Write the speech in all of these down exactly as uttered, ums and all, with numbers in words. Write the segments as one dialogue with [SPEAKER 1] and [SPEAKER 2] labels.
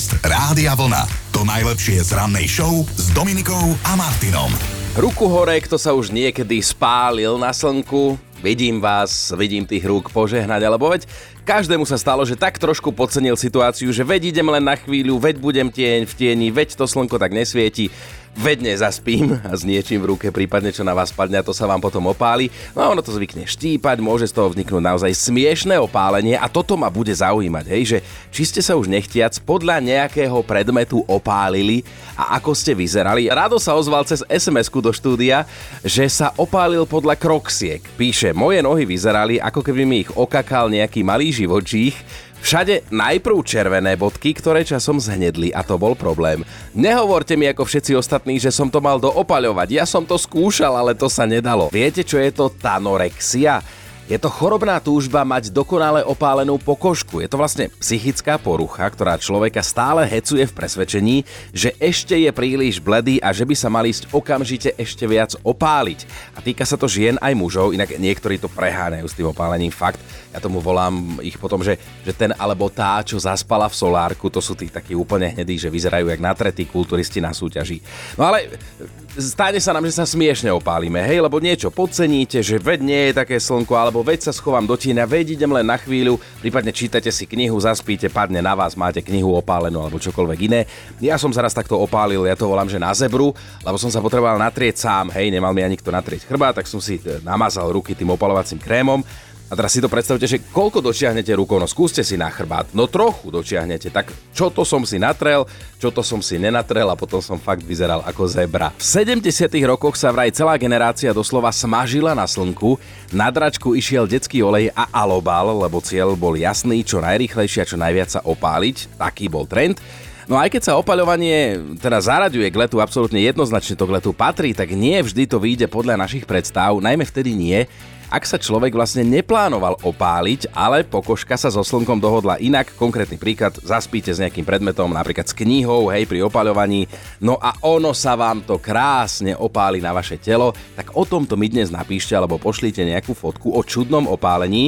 [SPEAKER 1] Podcast Rádia Vlna. To najlepšie z rannej show s Dominikou a Martinom.
[SPEAKER 2] Ruku hore, kto sa už niekedy spálil na slnku. Vidím vás, vidím tých rúk požehnať, alebo veď každému sa stalo, že tak trošku podcenil situáciu, že veď idem len na chvíľu, veď budem tieň v tieni, veď to slnko tak nesvieti, veď nezaspím a s niečím v ruke, prípadne čo na vás padne, to sa vám potom opáli. No a ono to zvykne štípať, môže z toho vzniknúť naozaj smiešné opálenie a toto ma bude zaujímať, hej, že či ste sa už nechtiac podľa nejakého predmetu opálili a ako ste vyzerali. Rado sa ozval cez es em esku do štúdia, že sa opálil podľa kroksiek. Píše, moje nohy vyzerali, ako keby mi ich okakal nejaký malý živočích. Všade najprv červené bodky, ktoré časom zhnedli a to bol problém. Nehovorte mi ako všetci ostatní, že som to mal doopaľovať. Ja som to skúšal, ale to sa nedalo. Viete, čo je to tanorexia? Je to chorobná túžba mať dokonale opálenú pokožku. Je to vlastne psychická porucha, ktorá človeka stále hecuje v presvedčení, že ešte je príliš bledý a že by sa mal ísť okamžite ešte viac opáliť. A týka sa to žien aj mužov, inak niektorí to preháňajú s tým opálením, fakt. Ja tomu volám ich potom, že, že ten alebo tá, čo zaspala v solárku, to sú tí takí úplne hnedí, že vyzerajú jak natretí kulturisti na súťaži. No ale stane sa nám, že sa smiešne opálime, hej, lebo niečo podceníte, že veď nie je také slnko, alebo veď sa schovám do tieňa, veď idem len na chvíľu, prípadne čítate si knihu, zaspíte, padne na vás, máte knihu opálenú alebo čokoľvek iné. Ja som sa raz takto opálil, ja to volám, že na zebru, lebo som sa potreboval natrieť sám, hej, nemal mi ani kto natrieť chrbát, tak som si namazal ruky tým opalovacím krémom. A teraz si to predstavte, že koľko dočiahnete rukou, no skúste si na chrbát, no trochu dočiahnete, tak čo to som si natrel, čo to som si nenatrel a potom som fakt vyzeral ako zebra. V sedemdesiatych rokoch sa vraj celá generácia doslova smažila na slnku, na dračku išiel detský olej a alobal, lebo cieľ bol jasný, čo najrýchlejšie a čo najviac sa opáliť, taký bol trend. No aj keď sa opaľovanie teda zaraďuje k letu, absolútne jednoznačne to k letu patrí, tak nie vždy to vyjde podľa našich predstav, najmä vtedy nie, ak sa človek vlastne neplánoval opáliť, ale pokožka sa so slnkom dohodla inak. Konkrétny príklad, zaspíte s nejakým predmetom, napríklad s knihou, hej, pri opaľovaní, no a ono sa vám to krásne opáli na vaše telo, tak o tomto mi dnes napíšte alebo pošlite nejakú fotku o čudnom opálení.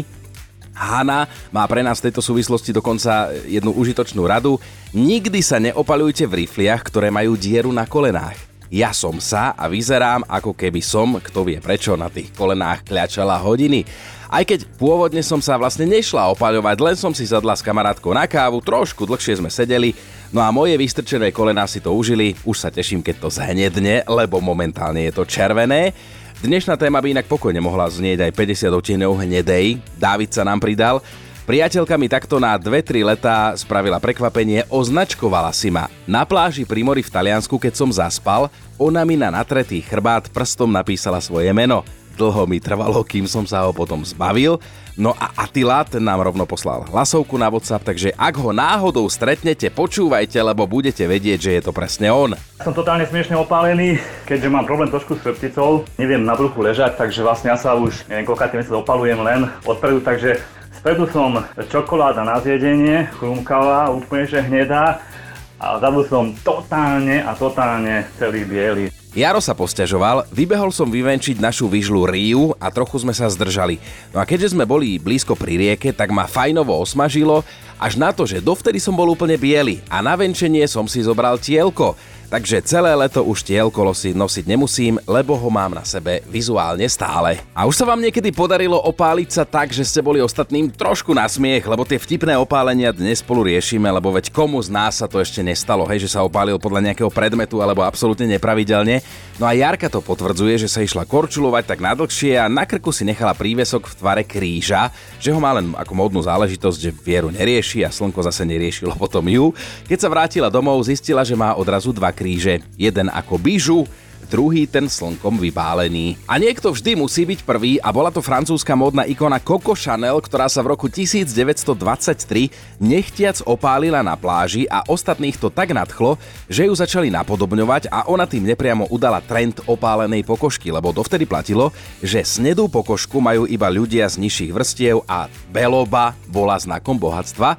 [SPEAKER 2] Hana má pre nás v tejto súvislosti dokonca jednu užitočnú radu. Nikdy sa neopaľujte v rifliach, ktoré majú dieru na kolenách. Ja som sa a vyzerám, ako keby som, kto vie prečo, na tých kolenách kľačala hodiny. Aj keď pôvodne som sa vlastne nešla opaľovať, len som si sadla s kamarátkou na kávu, trošku dlhšie sme sedeli, no a moje vystrčené kolená si to užili, už sa teším, keď to zhnedne, lebo momentálne je to červené. Dnešná téma by inak pokojne mohla znieť aj päťdesiat odtieňov hnedej, Dávid sa nám pridal. Priateľka mi takto na dve tri letá spravila prekvapenie, označkovala si ma. Na pláži pri mori v Taliansku, keď som zaspal, ona mi na natretý chrbát prstom napísala svoje meno. Dlho mi trvalo, kým som sa ho potom zbavil. No a Attila, ten nám rovno poslal hlasovku na WhatsApp, takže ak ho náhodou stretnete, počúvajte, lebo budete vedieť, že je to presne on.
[SPEAKER 3] Som totálne smiešne opálený, keďže mám problém trošku s chrbticou. Neviem na bruchu ležať, takže vlastne ja sa už neviem koľkátý mesiac opalujem len odpredu, takže spredu som čokoláda na zjedenie, chrumkavá, úplne že hnedá a vzadu som totálne a totálne celý biely.
[SPEAKER 2] Jaro sa posťažoval, vybehol som vyvenčiť našu vyžľu Riu a trochu sme sa zdržali. No a keďže sme boli blízko pri rieke, tak ma fajnovo osmažilo, až na to, že dovtedy som bol úplne biely a na venčenie som si zobral tielko. Takže celé leto už tielko nosiť nemusím, lebo ho mám na sebe vizuálne stále. A už sa vám niekedy podarilo opáliť sa tak, že ste boli ostatným trošku na smiech, lebo tie vtipné opálenia dnes spolu riešime, lebo veď komu z nás sa to ešte nestalo, hej, že sa opálil podľa nejakého predmetu alebo absolútne nepravidelne. No a Jarka to potvrdzuje, že sa išla korčulovať tak nadlhšie a na krku si nechala prívesok v tvare kríža, že ho má len ako módnu záležitosť, že vieru nerieši a slnko zase neriešilo potom ju. Keď sa vrátila domov, zistila, že má odrazu dva kríže. Jeden ako bižu, druhý ten slnkom vybálený. A niekto vždy musí byť prvý a bola to francúzska módna ikona Coco Chanel, ktorá sa v roku devätnásťstodvadsaťtri nechtiac opálila na pláži a ostatných to tak nadchlo, že ju začali napodobňovať a ona tým nepriamo udala trend opálenej pokožky, lebo dovtedy platilo, že snedú pokožku majú iba ľudia z nižších vrstiev a beloba bola znakom bohatstva.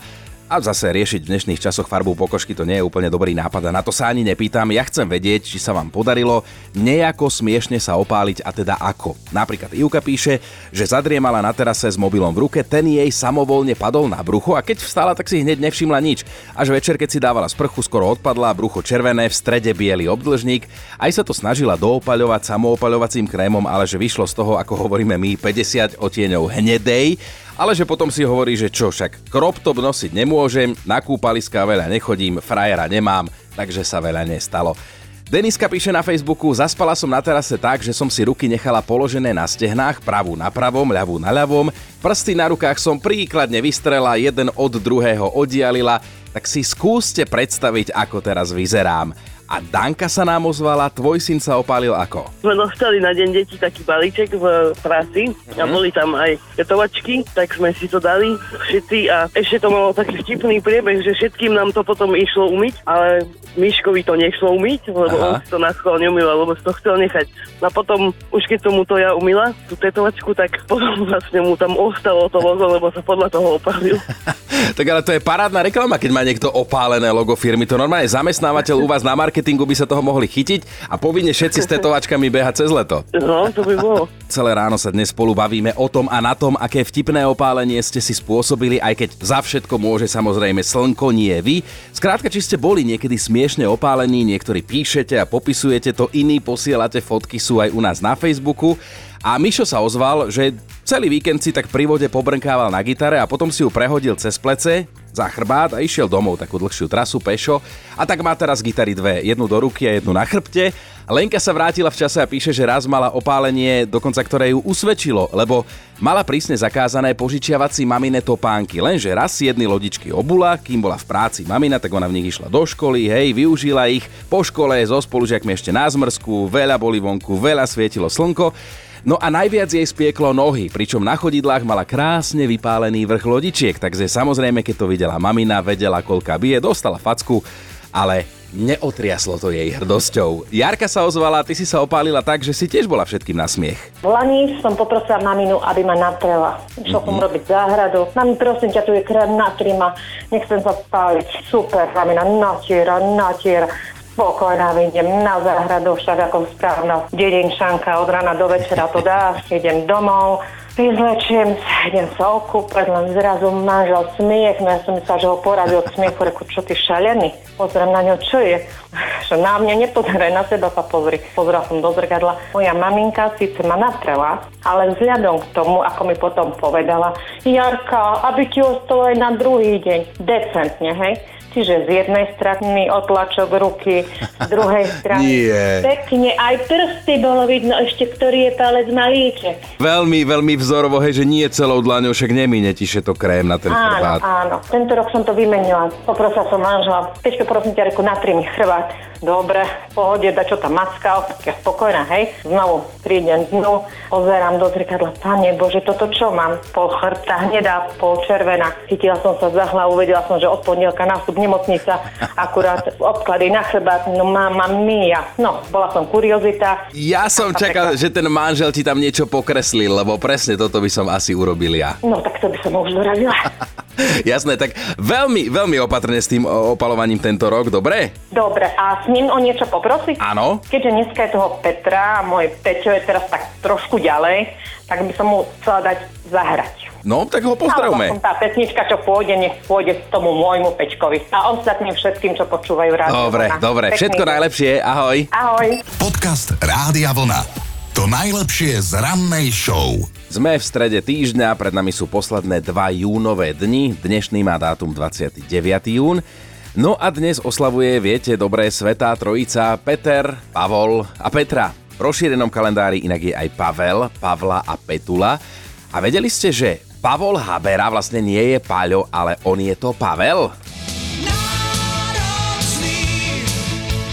[SPEAKER 2] A zase riešiť v dnešných časoch farbu pokožky to nie je úplne dobrý nápad a na to sa ani nepýtam. Ja chcem vedieť, či sa vám podarilo nejako smiešne sa opáliť a teda ako. Napríklad Ivka píše, že zadriemala na terase s mobilom v ruke, ten jej samovolne padol na brucho a keď vstala, tak si hneď nevšimla nič. Až večer, keď si dávala sprchu, skoro odpadla, brucho červené, v strede biely obdĺžnik. Aj sa to snažila doopaľovať samoopaľovacím krémom, ale že vyšlo z toho, ako hovoríme my, päťdesiat odtieňov hnedej. Ale že potom si hovorí, že čo, však crop top nosiť nemôžem, na kúpaliská veľa nechodím, frajera nemám, takže sa veľa nestalo. Deniska píše na Facebooku, zaspala som na terase tak, že som si ruky nechala položené na stehnách, pravú na pravom, ľavú na ľavom, prsty na rukách som príkladne vystrela, jeden od druhého oddialila, tak si skúste predstaviť, ako teraz vyzerám. A Danka sa nám ozvala, tvoj syn sa opálil ako?
[SPEAKER 4] Sme dostali na deň detí taký balíček v práci a boli tam aj tetovačky, tak sme si to dali všetci a ešte to malo taký vtipný priebeh, že všetkým nám to potom išlo umyť, ale Miškovi to nešlo umyť, lebo Aha. on si to na schvál neumýval, lebo si to chcel nechať. A potom, už keď som mu to ja umyla, tú tetovačku, tak potom vlastne mu tam ostalo to logo, lebo sa podľa toho opálil.
[SPEAKER 2] Tak ale to je parádna reklama, keď má niekto opálené logo firmy. To normálne zamestnávateľ u vás na marketingu by sa toho mohli chytiť a povinne všetci s tetovačkami behať cez leto.
[SPEAKER 4] No, to by bolo.
[SPEAKER 2] Celé ráno sa dnes spolu bavíme o tom a na tom, aké vtipné opálenie ste si spôsobili, aj keď za všetko môže samozrejme slnko, nie vy. Skrátka, či ste boli niekedy smiešne opálení, niektorí píšete a popisujete to, iní posielate fotky, sú aj u nás na Facebooku. A Mišo sa ozval, že celý víkend si tak pri vode pobrnkával na gitare a potom si ju prehodil cez plece za chrbát a išiel domov takú dlhšiu trasu pešo a tak má teraz gitary dve, jednu do ruky a jednu na chrbte. Lenka sa vrátila v čase a píše, že raz mala opálenie, dokonca ktoré ju usvedčilo, lebo mala prísne zakázané požičiavať si mamine topánky, lenže raz si jedny lodičky obula, kým bola v práci mamina, tak ona v nich išla do školy, hej, využila ich, po škole so spolužiakmi ešte na zmrzku, veľa boli vonku, veľa svietilo slnko. No a najviac jej spieklo nohy, pričom na chodidlách mala krásne vypálený vrch lodičiek, takže samozrejme, keď to videla mamina, vedela, koľka bije, dostala facku, ale neotriaslo to jej hrdosťou. Jarka sa ozvala, ty si sa opálila tak, že si tiež bola všetkým na smiech.
[SPEAKER 5] V Lani som poprosila maminu, aby ma natrela. Išla som mm-hmm. robiť záhradu. Mami, prosím ťa, tu je krém, natri ma, nechcem sa spáliť. Super, mamina, natiera, natiera. Spokojná, idem na záhradu, však ako správna dedinčanka, od rana do večera to dá, idem domov, vyzlečiem sa, idem sa okúpať, len zrazu manžel smiech, no ja som myslela, že ho poradil k smiechu, reku, čo ty šalený? Pozriem na ňo, čo je? Že na mňa nepozeraj, na seba sa pozri. Pozrela som do zrkadla, moja maminka síce ma natrela, ale vzhľadom k tomu, ako mi potom povedala, Jarka, aby ti ostalo aj na druhý deň, decentne, hej? Čiže z jednej strany otlačok ruky, z druhej strany
[SPEAKER 2] Nie.
[SPEAKER 5] pekne, aj prsty bolo vidno ešte, ktorý je palec malíček.
[SPEAKER 2] Veľmi, veľmi vzorovo, hej, že nie celou dlaňou, však nemíne ti to krém na ten chrbát.
[SPEAKER 5] Áno, áno. Tento rok som to vymenila. Poprosila som manžela, Pečko, prosím ťa, reku, natri mi chrbát. Dobre, v pohode, da čo tam mackal, tak ja spokojná, hej. Znovu prídem dnu, pozerám do zrkadla, Pane Bože, toto čo mám? Pol chrbta hnedá, pol červená. Chytila som sa za hlavu, vedela som, že od pondelka nástup nemocnica, akurát obklady na chrbát, no máma mia. No, bola som kuriozita.
[SPEAKER 2] Ja som čakal, že ten manžel ti tam niečo pokreslil, lebo presne toto by som asi urobil ja.
[SPEAKER 5] No, tak to by som už dorazila.
[SPEAKER 2] Jasné, tak veľmi, veľmi opatrne s tým opalovaním tento rok, dobre?
[SPEAKER 5] Dobre, a s ním o niečo poprosiť?
[SPEAKER 2] Áno.
[SPEAKER 5] Keďže dneska je toho Petra a môj Peťo je teraz tak trošku ďalej, tak by som mu chcela dať zahrať.
[SPEAKER 2] No, tak ho pozdravme.
[SPEAKER 5] Ale tá pesnička, čo pôjde, nech pôjde tomu môjmu Pečkovi. A ostatným všetkým, čo počúvajú rádio.
[SPEAKER 2] Dobre,
[SPEAKER 5] Vlna.
[SPEAKER 2] dobre,
[SPEAKER 5] Pekný
[SPEAKER 2] všetko
[SPEAKER 5] deň.
[SPEAKER 2] najlepšie, ahoj.
[SPEAKER 5] Ahoj.
[SPEAKER 1] Podcast Rádia Vlna. To najlepšie z rannej show.
[SPEAKER 2] Sme v strede týždňa, pred nami sú posledné dva júnové dni, dnešný má dátum dvadsiateho deviateho jún. No a dnes oslavuje, viete, dobré svätá trojica Peter, Pavol a Petra. V rozšírenom kalendári inak je aj Pavel, Pavla a Petula. A vedeli ste, že Pavol Habera vlastne nie je Paľo, ale on je to Pavel?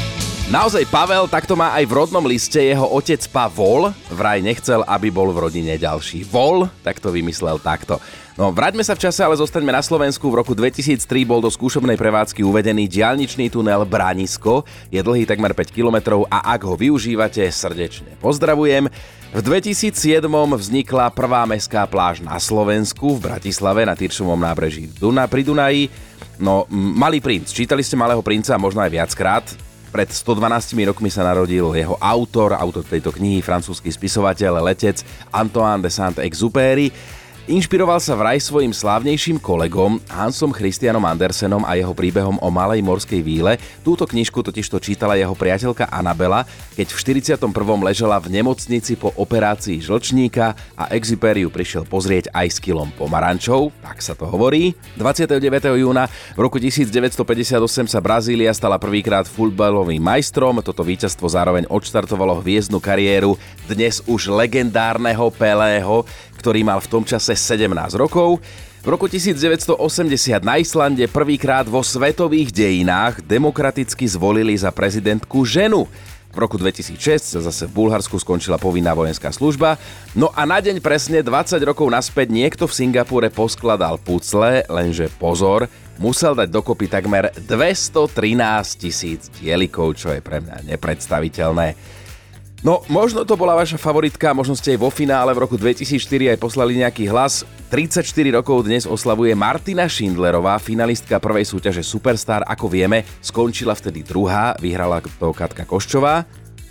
[SPEAKER 2] Naozaj Pavel, takto má aj v rodnom liste jeho otec Pavol. Vraj nechcel, aby bol v rodine ďalší Vol, tak to vymyslel takto. No, vráťme sa v čase, ale zostaňme na Slovensku. V roku dvetisíctri bol do skúšobnej prevádzky uvedený diaľničný tunel Branisko. Je dlhý takmer päť kilometrov a ak ho využívate, srdečne pozdravujem. V dvetisícsedem vznikla prvá mestská pláž na Slovensku v Bratislave na Tyršovom nábreží Duna, pri Dunaji. No, Malý princ. Čítali ste Malého princa možno aj viackrát. Pred stodvanástimi rokmi sa narodil jeho autor, autor tejto knihy, francúzsky spisovateľ, letec Antoine de Saint-Exupéry. Inšpiroval sa vraj svojim slávnejším kolegom Hansom Christianom Andersenom a jeho príbehom o malej morskej víle. Túto knižku totižto čítala jeho priateľka Anabela, keď v štyridsiatom prvom ležela v nemocnici po operácii žlčníka a Exupéry ju prišiel pozrieť aj s kilom pomarančov, tak sa to hovorí. dvadsiateho deviateho júna v roku devätnásťstopäťdesiatosem sa Brazília stala prvýkrát futbalovým majstrom. Toto víťazstvo zároveň odštartovalo hviezdnu kariéru dnes už legendárneho Pelého, ktorý mal v tom čase sedemnásť rokov. V roku devätnásťstoosemdesiat na Islande prvýkrát vo svetových dejinách demokraticky zvolili za prezidentku ženu. V roku dvetisícšesť sa zase v Bulharsku skončila povinná vojenská služba. No a na deň presne dvadsať rokov naspäť niekto v Singapúre poskladal pucle, lenže pozor, musel dať dokopy takmer dvestotrinásť tisíc dielikov, čo je pre mňa nepredstaviteľné. No, možno to bola vaša favoritka, možno ste aj vo finále v roku dvetisícštyri aj poslali nejaký hlas. tridsaťštyri rokov dnes oslavuje Martina Schindlerová, finalistka prvej súťaže Superstar. Ako vieme, skončila vtedy druhá, vyhrala to Katka Koščová.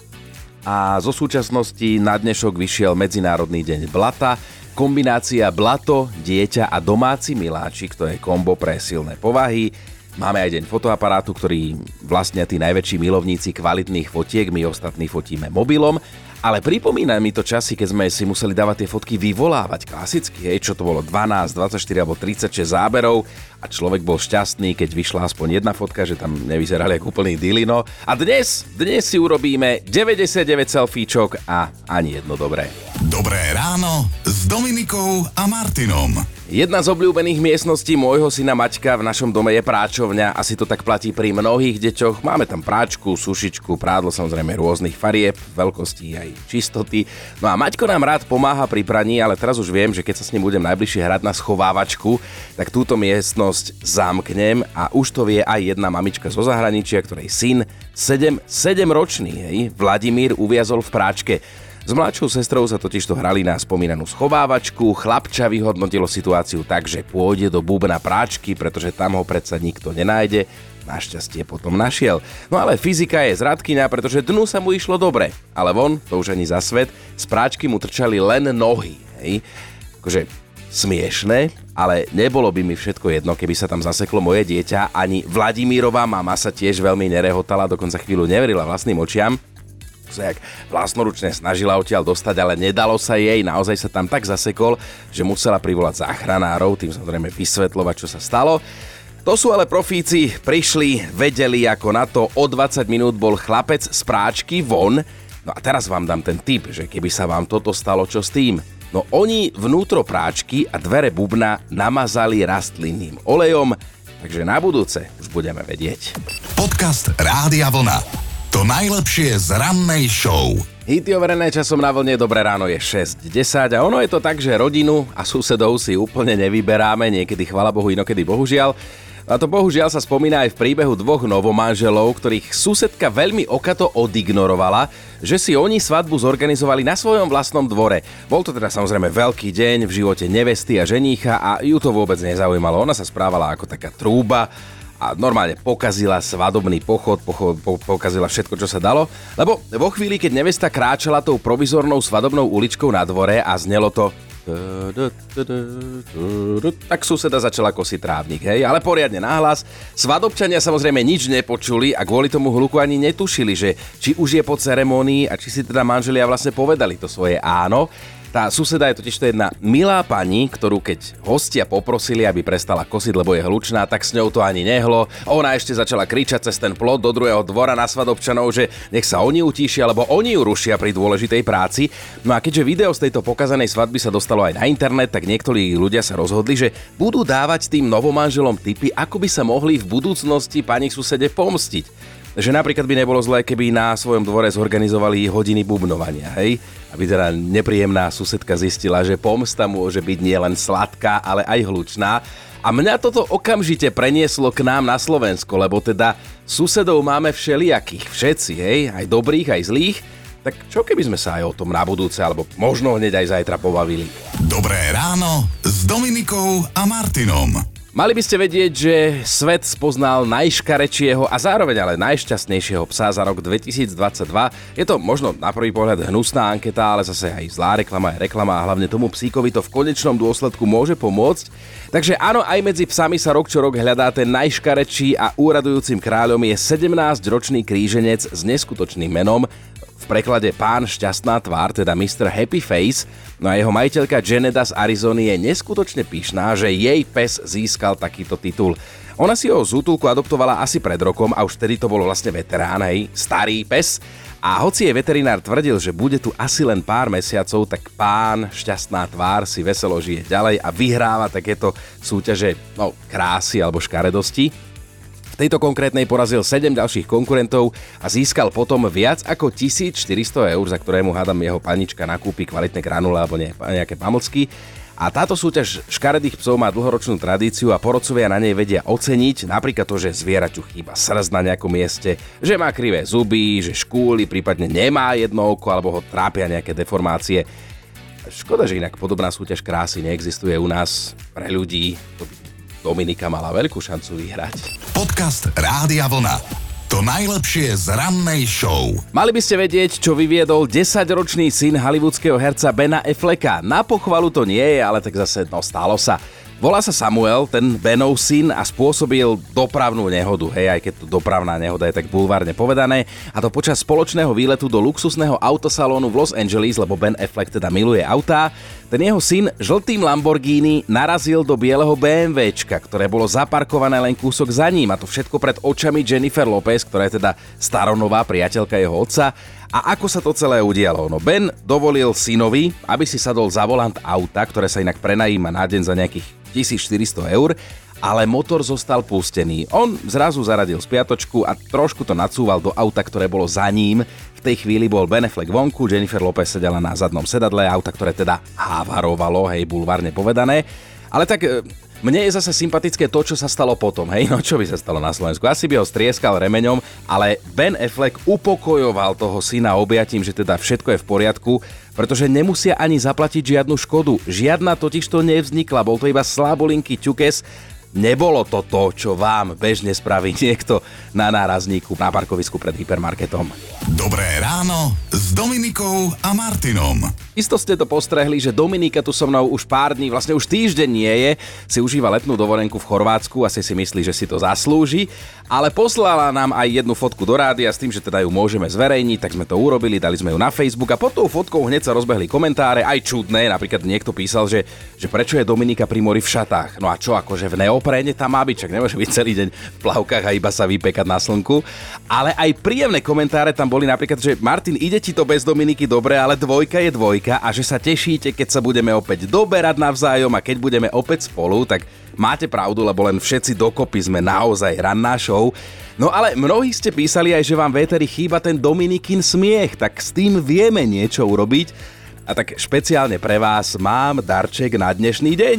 [SPEAKER 2] A zo súčasnosti na dnešok vyšiel Medzinárodný deň blata. Kombinácia blato, dieťa a domáci miláčik, to je kombo pre silné povahy. Máme aj deň fotoaparátu, ktorý vlastnia tí najväčší milovníci kvalitných fotiek, my ostatní fotíme mobilom, ale pripomína mi to časy, keď sme si museli dávať tie fotky vyvolávať klasicky, hej, čo to bolo dvanásť, dvadsaťštyri alebo tridsaťšesť záberov a človek bol šťastný, keď vyšla aspoň jedna fotka, že tam nevyzerali ako úplný dilino. A dnes, dnes si urobíme deväťdesiatdeväť selfiečok a ani jedno dobré.
[SPEAKER 1] Dobré ráno s Dominikou a Martinom.
[SPEAKER 2] Jedna z obľúbených miestností môjho syna Maťka v našom dome je práčovňa. Asi to tak platí pri mnohých deťoch. Máme tam práčku, sušičku, prádlo samozrejme rôznych farieb, veľkostí aj čistoty. No a Maťko nám rád pomáha pri praní, ale teraz už viem, že keď sa s ním budem najbližšie hrať na schovávačku, tak túto miestnosť zamknem a už to vie aj jedna mamička zo zahraničia, ktorej syn sedem ročný, hej, Vladimír uviazol v práčke. S mladšou sestrou sa totižto hrali na spomínanú schovávačku, chlapča vyhodnotilo situáciu tak, že pôjde do bubna práčky, pretože tam ho predsa nikto nenájde. Našťastie potom našiel. No ale fyzika je zradkyňa, pretože dnu sa mu išlo dobre. Ale von, to už ani za svet, z práčky mu trčali len nohy. Hej. Akože smiešné, ale nebolo by mi všetko jedno, keby sa tam zaseklo moje dieťa. Ani Vladimírová mama sa tiež veľmi nerehotala, dokonca chvíľu neverila vlastným očiam. Sa jak vlastnoručne snažila odtiaľ dostať, ale nedalo sa jej, naozaj sa tam tak zasekol, že musela privolať záchranárov, tým samozrejme vysvetľovať, čo sa stalo. To sú ale profíci, prišli, vedeli ako na to, o dvadsať minút bol chlapec z práčky von. No a teraz vám dám ten tip, že keby sa vám toto stalo, čo s tým? No oni vnútro práčky a dvere bubna namazali rastlinným olejom, takže na budúce už budeme vedieť.
[SPEAKER 1] Podcast Rádia Vlna. To najlepšie z rannej show.
[SPEAKER 2] Hity overené časom na vlne, dobré ráno je šesť desať a ono je to tak, že rodinu a susedov si úplne nevyberáme, niekedy chvala Bohu, inokedy bohužiaľ. A to bohužiaľ sa spomína aj v príbehu dvoch novomanželov, ktorých susedka veľmi okato odignorovala, že si oni svadbu zorganizovali na svojom vlastnom dvore. Bol to teda samozrejme veľký deň v živote nevesty a ženícha a ju to vôbec nezaujímalo. Ona sa správala ako taká trúba a normálne pokazila svadobný pochod, pochod po, pokazila všetko, čo sa dalo, lebo vo chvíli, keď nevesta kráčala tou provizornou svadobnou uličkou na dvore a znelo to tak suseda začala kosiť trávnik, hej, ale poriadne nahlas. Svadobčania samozrejme nič nepočuli a kvôli tomu hluku ani netušili, že či už je po ceremónii a či si teda manželia vlastne povedali to svoje áno. Tá suseda je totiž to jedna milá pani, ktorú keď hostia poprosili, aby prestala kosiť, lebo je hlučná, tak s ňou to ani nehlo. Ona ešte začala kričať cez ten plot do druhého dvora na svadobčanov, že nech sa oni utíšia, lebo oni ju rušia pri dôležitej práci. No a keďže video z tejto pokazanej svadby sa dostalo aj na internet, tak niektorí ľudia sa rozhodli, že budú dávať tým novomanželom tipy, ako by sa mohli v budúcnosti pani susede pomstiť. že napríklad by nebolo zlé, keby na svojom dvore zorganizovali hodiny bubnovania, hej? Aby teda nepríjemná susedka zistila, že pomsta môže byť nielen sladká, ale aj hlučná. A mňa toto okamžite prenieslo k nám na Slovensko, lebo teda susedov máme všelijakých, všetci, hej? Aj dobrých, aj zlých. Tak čo keby sme sa aj o tom na budúce, alebo možno hneď aj zajtra pobavili?
[SPEAKER 1] Dobré ráno s Dominikou a Martinom.
[SPEAKER 2] Mali by ste vedieť, že svet spoznal najškarečieho a zároveň ale najšťastnejšieho psa za rok dvetisícdvadsaťdva. Je to možno na prvý pohľad hnusná anketa, ale zase aj zlá reklama, aj reklama a hlavne tomu psíkovi to v konečnom dôsledku môže pomôcť. Takže áno, aj medzi psami sa rok čo rok hľadá ten najškarečí a úradujúcim kráľom je sedemnásťročný kríženec s neskutočným menom. V preklade Pán šťastná tvár, teda mister Happy Face, no a jeho majiteľka Janeda z Arizony je neskutočne pyšná, že jej pes získal takýto titul. Ona si ho z útulku adoptovala asi pred rokom a už vtedy to bol vlastne veterán, hej, starý pes. A hoci jej veterinár tvrdil, že bude tu asi len pár mesiacov, tak Pán šťastná tvár si veselo žije ďalej a vyhráva takéto súťaže, no, krásy alebo škaredosti. V tejto konkrétnej porazil sedem ďalších konkurentov a získal potom viac ako tisícštyristo eur, za ktoré mu hádam jeho panička nakúpi kvalitné granule alebo nejaké pamlcky. A táto súťaž škaredých psov má dlhoročnú tradíciu a porodcovia na nej vedia oceniť napríklad to, že zvieraťu chýba srst na nejakom mieste, že má krivé zuby, že škúli, prípadne nemá jedno oko alebo ho trápia nejaké deformácie. Škoda, že inak podobná súťaž krásy neexistuje u nás pre ľudí. Dominika mala veľkú šancu vyhrať.
[SPEAKER 1] Podcast Rádia Vlna. To najlepšie z rannej show.
[SPEAKER 2] Mali by ste vedieť, čo vyviedol desaťročný syn hollywoodského herca Bena Afflecka. Na pochvalu to nie je, ale tak zase no stalo sa. Volá sa Samuel, ten Benov syn, a spôsobil dopravnú nehodu. Hej, aj keď tu dopravná nehoda je tak bulvárne povedané. A to počas spoločného výletu do luxusného autosalónu v Los Angeles, lebo Ben Affleck teda miluje autá. Ten jeho syn žltým Lamborghini narazil do bieleho BMWčka, ktoré bolo zaparkované len kúsok za ním. A to všetko pred očami Jennifer Lopez, ktorá je teda staronová priateľka jeho otca. A ako sa to celé udialo? No Ben dovolil synovi, aby si sadol za volant auta, ktoré sa inak prenajíma na deň za nejakých tisícštyristo eur, ale motor zostal pustený. On zrazu zaradil spiatočku a trošku to nacúval do auta, ktoré bolo za ním. V tej chvíli bol Ben Affleck vonku, Jennifer Lopez sedela na zadnom sedadle auta, ktoré teda havarovalo, hej, bulvárne povedané. Ale tak mne je zase sympatické to, čo sa stalo potom, hej, no čo by sa stalo na Slovensku? Asi by ho strieskal remeňom, ale Ben Affleck upokojoval toho syna objatím, že teda všetko je v poriadku, pretože nemusia ani zaplatiť žiadnu škodu. Žiadna totižto nevznikla, bol to iba slabolinký ťukes. Nebolo to to, čo vám bežne spraví niekto na nárazníku na parkovisku pred hypermarketom.
[SPEAKER 1] Dobré ráno s Dominikou a Martinom.
[SPEAKER 2] Isto ste to postrehli, že Dominika tu so mnou už pár dní, vlastne už týždeň nie je, si užíva letnú dovolenku v Chorvátsku, asi si myslí, že si to zaslúži, ale poslala nám aj jednu fotku do rádia s tým, že teda ju môžeme zverejniť, tak sme to urobili, dali sme ju na Facebook a pod tou fotkou hneď sa rozbehli komentáre, aj čudné, napríklad niekto písal, že, že prečo je Dominika pri mori v šatách, no a čo, akože v neopréne tam má byť, čak nemôže byť celý deň v plavkách a iba sa vypekať na slnku, ale aj príjemné komentáre tam boli napríklad, že Martin, ide ti to bez Dominiky dobre, ale dvojka je dvojka a že sa tešíte, keď sa budeme opäť doberať navzájom a keď budeme opäť spolu, tak máte pravdu, lebo len všetci dokopy sme naozaj ranná show. No ale mnohí ste písali aj, že vám v éteri chýba ten Dominikin smiech, tak s tým vieme niečo urobiť. A tak špeciálne pre vás mám darček na dnešný deň.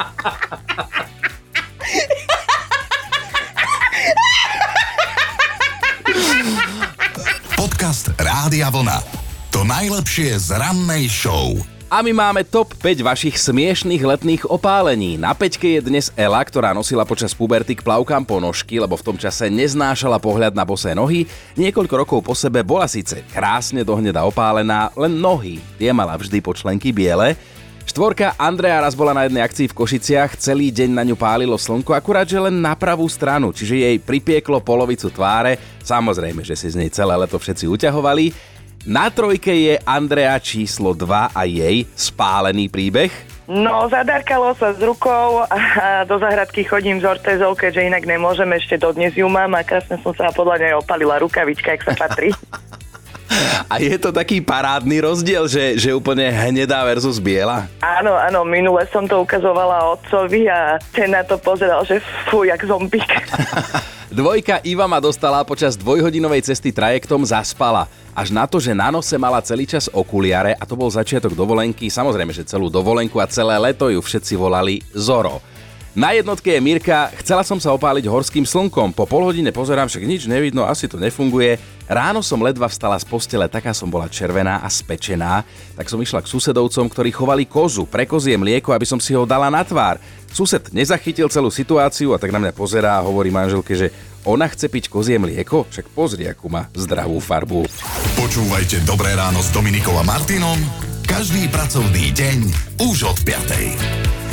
[SPEAKER 1] Podcast Rádia Vlna. To najlepšie z rannej show.
[SPEAKER 2] A my máme top päť vašich smiešných letných opálení. Na päťke je dnes Ela, ktorá nosila počas puberty k plavkám ponožky, lebo v tom čase neznášala pohľad na bosé nohy. Niekoľko rokov po sebe bola síce krásne dohneda opálená, len nohy, tie mala vždy počlenky biele. Štvorka Andrea raz bola na jednej akcii v Košiciach, celý deň na ňu pálilo slnko, akurát že len na pravú stranu, čiže jej pripieklo polovicu tváre. Samozrejme, že si z nej celé leto všetci uťahovali. Na trojke je Andrea číslo dva a jej spálený príbeh.
[SPEAKER 4] No, zadarkalo sa s rukou a do záhradky chodím s ortézou, keďže inak nemôžem, ešte dodnes ju mám a krásne som sa podľa nej opalila rukavička, jak sa patrí.
[SPEAKER 2] A je to taký parádny rozdiel, že, že úplne hnedá versus biela?
[SPEAKER 6] Áno, áno, minule som to ukazovala otcovi a ten na to pozeral, že fú, jak zombík.
[SPEAKER 2] Dvojka Iva ma dostala počas dvojhodinovej cesty trajektom zaspala. Až na to, že na nose mala celý čas okuliare a to bol začiatok dovolenky. Samozrejme, že celú dovolenku a celé leto ju všetci volali Zoro. Na jednotke je Mirka, chcela som sa opáliť horským slnkom. Po pol hodine pozerám, však nič nevidno, asi to nefunguje. Ráno som ledva vstala z postele, taká som bola červená a spečená. Tak som išla k susedovcom, ktorí chovali kozu pre kozie mlieko, aby som si ho dala na tvár. Sused nezachytil celú situáciu a tak na mňa pozerá a hovorí manželke, že ona chce piť kozie mlieko, však pozri, akú má zdravú farbu.
[SPEAKER 1] Počúvajte Dobré ráno s Dominikou a Martinom každý pracovný deň už od piatej.